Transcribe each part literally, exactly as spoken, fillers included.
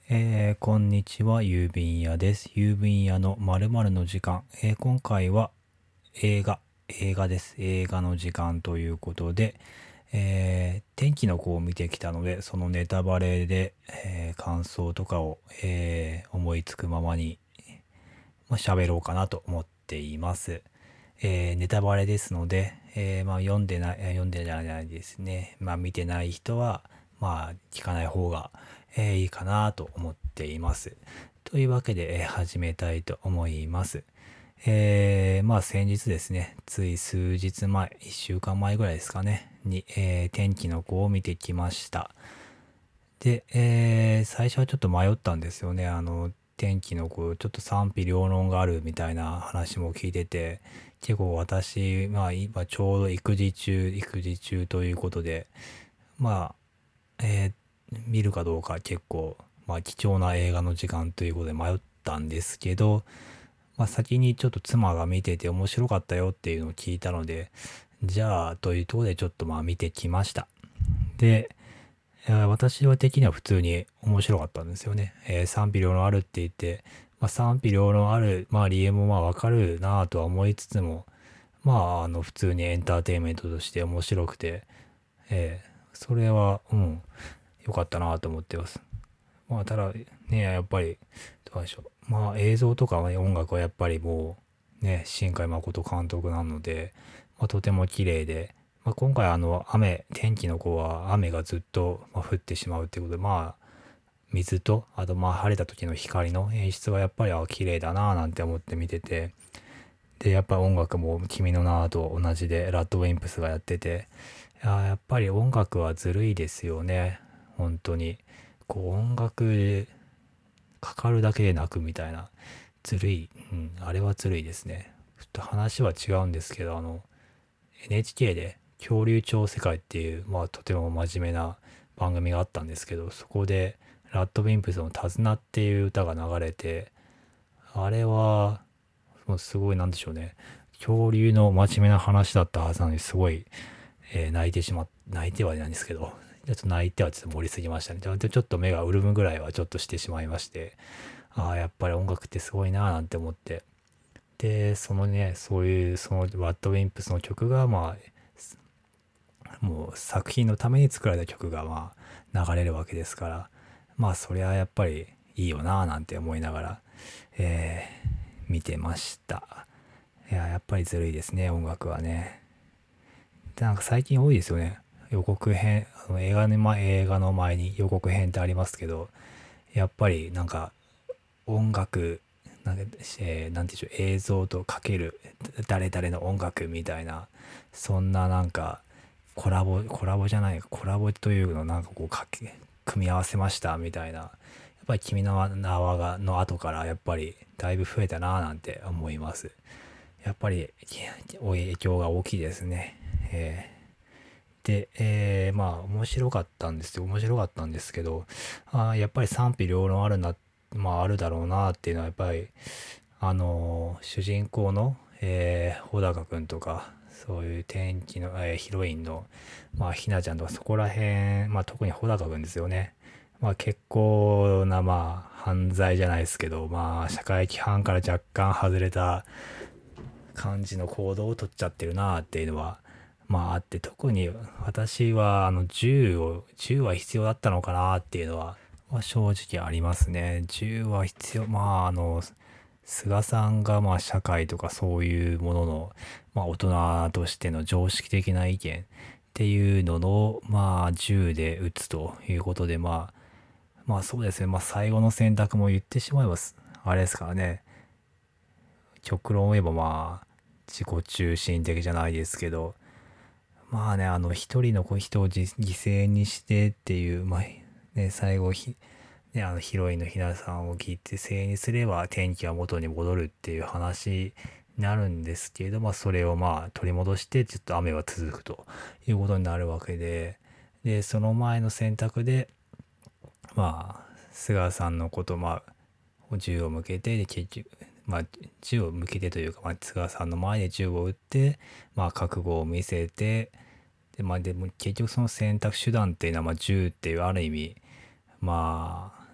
えーこんにちは、郵便屋です。郵便屋の〇〇の時間。えー今回は映画、映画です。映画の時間ということで、えー天気の子を見てきたので、そのネタバレで、えー感想とかを、えー思いつくままに、まあ、喋ろうかなと思っています。えーネタバレですので、えーまあ、読んでない、えー読んでじゃないですね。まあ、見てない人は、まあ、聞かない方が、えーいいかなと思っています。というわけで、えー始めたいと思います。えーまあ、先日ですね、つい数日前、いっしゅうかんまえぐらいですかね、に、えー天気の子を見てきました。で、えー最初はちょっと迷ったんですよね。あの、天気の子、ちょっと賛否両論があるみたいな話も聞いてて、結構私、まあ今ちょうど育児中、育児中ということで、まあ、えー見るかどうか結構、まあ貴重な映画の時間ということで迷ったんですけど、まあ先にちょっと妻が見てて面白かったよっていうのを聞いたので、じゃあというところでちょっとまあ見てきました。で、いや私は的には普通に面白かったんですよね。えー賛否両論あるって言って、まあ、賛否両論ある、まあ理由もまあわかるなぁとは思いつつも、まああの普通にエンターテインメントとして面白くて、えーそれは、うん、良かったなぁと思ってます。まあただね、やっぱり、どうでしょう。まあ映像とか、ね、音楽はやっぱりもう、ね、新海誠監督なので、まあ、とても綺麗で、まあ、今回あの雨、天気の子は雨がずっとまあ降ってしまうっていうことで、まあ水と、あとまあ晴れた時の光の演出がやっぱりあ綺麗だなぁなんて思って見てて、で、やっぱり音楽も君の名と同じで、ラッドウィンプスがやってて、いやーやっぱり音楽はずるいですよね。本当に。こう音楽かかるだけで泣くみたいな。ずるい。うん、あれはずるいですね。ちょっと話は違うんですけど、あの、エヌエイチケー で恐竜超世界っていう、まあとても真面目な番組があったんですけど、そこでラッドウィンプスの手綱っていう歌が流れて、あれは、もうすごいなんでしょうね。恐竜の真面目な話だったはずなのに、すごい、えー泣いてしまっ、泣いてはいないんですけど、ちょっと泣いてはちょっと盛りすぎましたね。でちょっと目が潤むぐらいはちょっとしてしまいまして、ああ、やっぱり音楽ってすごいなーなんて思って。で、そのね、そういう、そのワッドウィンプスの曲が、まあ、もう作品のために作られた曲が、まあ、流れるわけですから、まあ、そりゃやっぱりいいよなーなんて思いながら、えー見てました。いや、やっぱりずるいですね、音楽はね。で、なんか最近多いですよね。予告編、あの映画の前、映画の前に予告編ってありますけど、やっぱりなんか音楽、なんか、えーなんていうんでしょう、映像とかける誰々の音楽みたいな、そんななんかコラボ、コラボじゃない、コラボというのをなんかこうかけ、組み合わせましたみたいな。やっぱり君の名はがの後からやっぱりだいぶ増えたなぁなんて思います。やっぱり影響が大きいですね。えーで、えーまあ面白かったんですよ。面白かったんですけど、あーやっぱり賛否両論あるな、まああるだろうなっていうのはやっぱり、あのー主人公の、えー、穂高くんとか、そういう天気の、えーヒロインの、まあひなちゃんとかそこら辺、まあ特に穂高くんですよね。まあ結構な、まあ犯罪じゃないですけど、まあ社会規範から若干外れた感じの行動を取っちゃってるなっていうのは、まああって、特に私はあの銃を、銃は必要だったのかなっていうのは、は正直ありますね。銃は必要、まああの、菅さんがまあ社会とかそういうものの、まあ大人としての常識的な意見っていうのの、まあ銃で撃つということで、まあ、まあそうですね。まあ最後の選択も言ってしまいます。あれですからね。極論を言えばまあ、自己中心的じゃないですけど、まあね、あの、一人の人を犠牲にしてっていう、まあ、ね、最後ひ、ね、あの、ヒロインのひなさんを犠牲にすれば天気は元に戻るっていう話になるんですけれど、まあ、それをまあ、取り戻して、ちょっと雨は続くということになるわけで、で、その前の選択で、まあ、菅さんのこと、まあ、銃を向けて、で、結局、まあ、銃を向けてというか、まあ、菅さんの前で銃を撃って、まあ、覚悟を見せて、で、まあ、でも結局その選択手段っていうのは、まあ、銃っていうある意味、まあ、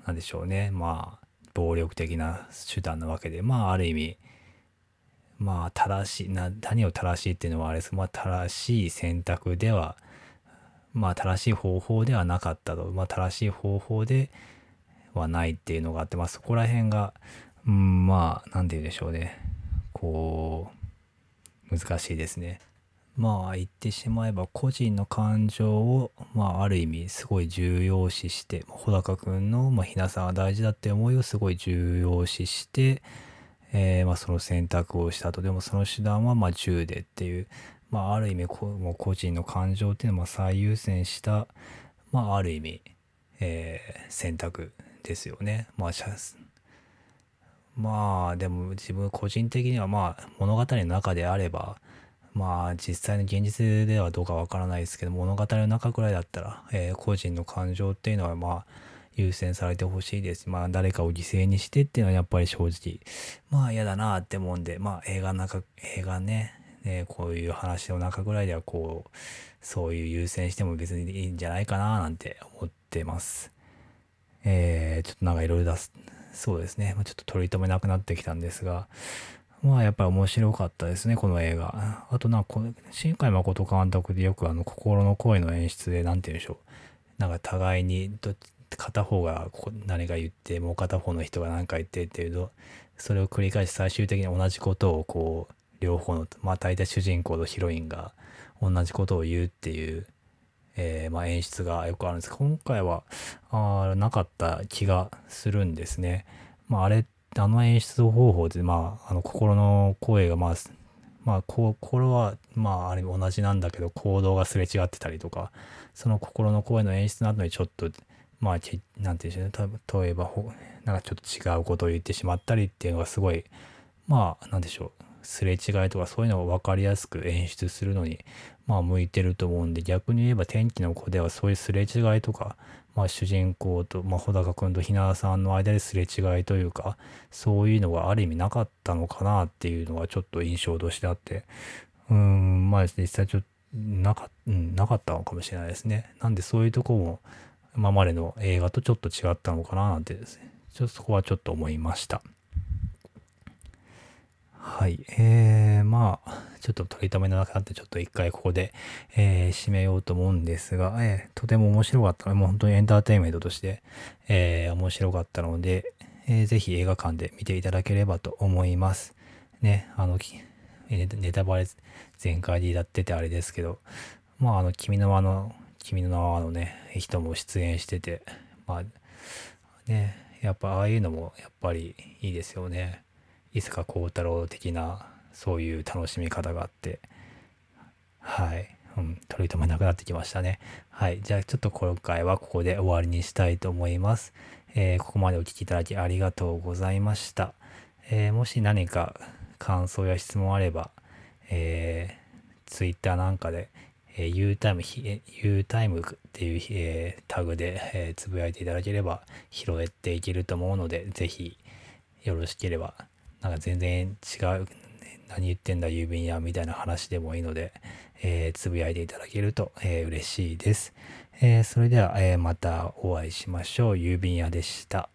なんでしょうね。まあ、暴力的な手段なわけで、まあ、ある意味、まあ、正しい、な、何を正しいっていうのはあれです。まあ、正しい選択では、まあ、正しい方法ではなかったと。まあ、正しい方法ではないっていうのがあって、まあ、そこら辺が、うん、まあ、なんて言うんでしょうね。こう、難しいですね。まあ言ってしまえば個人の感情を、まあある意味すごい重要視して、穂高くんの、まあ、ひなさんが大事だって思いをすごい重要視して、えーまあその選択をしたと。でもその手段はまあ銃でっていう、まあある意味こもう個人の感情っていうのを最優先した、まあある意味、えー選択ですよね。まあしゃまあでも自分個人的にはまあ物語の中であれば、まあ実際の現実ではどうかわからないですけど、物語の中くらいだったら、えー個人の感情っていうのはまあ優先されてほしいです。まあ誰かを犠牲にしてっていうのはやっぱり正直まあ嫌だなって思うんで、まあ映画の中、映画ね、ねこういう話の中ぐらいではこうそういう優先しても別にいいんじゃないかななんて思ってます。えー、ちょっとなんかいろいろ出す、そうですね、まあ、ちょっと取り留めなくなってきたんですが、まあやっぱり面白かったですね、この映画。あとなんかこの、新海誠監督でよくあの心の声の演出で、なんて言うんでしょう。なんか互いにどっち、片方がこう何か言って、もう片方の人が何か言ってっていうと、それを繰り返し最終的に同じことをこう、両方の、まあ大体主人公とヒロインが同じことを言うっていう、えーまあ演出がよくあるんです。今回は、あーなかった気がするんですね。まああれ、あの演出方法で、まあ、あの心の声が、まあ、まあ、こ心は、まあ、あれ同じなんだけど、行動がすれ違ってたりとか、その心の声の演出の後にちょっと、まあ、ちなんていうんでしょうね、た例えば、ほなんかちょっと違うことを言ってしまったりっていうのがすごい、まあ、なんでしょう、すれ違いとかそういうのを分かりやすく演出するのに、まあ、向いてると思うんで、逆に言えば天気の子ではそういうすれ違いとか、まあ、主人公と、まあ、穂高くんとひなさんの間ですれ違いというか、そういうのがある意味なかったのかなっていうのがちょっと印象としてあって、うーん、まあ実際ちょっとなか、うん、なかったのかもしれないですね。なんでそういうとこも今までの映画とちょっと違ったのかななんてですね、ちょっとそこはちょっと思いました。はい。えー、まあ、ちょっと取り留めのなくなって、ちょっと一回ここで、えー締めようと思うんですが、えーとても面白かったので、もう本当にエンターテインメントとして、えー面白かったので、えーぜひ映画館で見ていただければと思います。ね、あの、きネネタバレ全開でやっててあれですけど、まあ、あの、君の名の、君の名はのね、人も出演してて、まあ、ね、やっぱああいうのもやっぱりいいですよね。いつか幸太郎的なそういう楽しみ方があって、はい、うん、取り留めなくなってきましたね。はい、じゃあちょっと今回はここで終わりにしたいと思います。えーここまでお聞きいただきありがとうございました。えーもし何か感想や質問あれば、えー、Twitter なんかで、えー、Utime、ひえ Utime っていう、えータグで、えーつぶやいていただければ拾えていけると思うので、ぜひよろしければ、なんか全然違う、何言ってんだ郵便屋みたいな話でもいいので、えーつぶやいていただけると、えー嬉しいです。えーそれでは、えーまたお会いしましょう。郵便屋でした。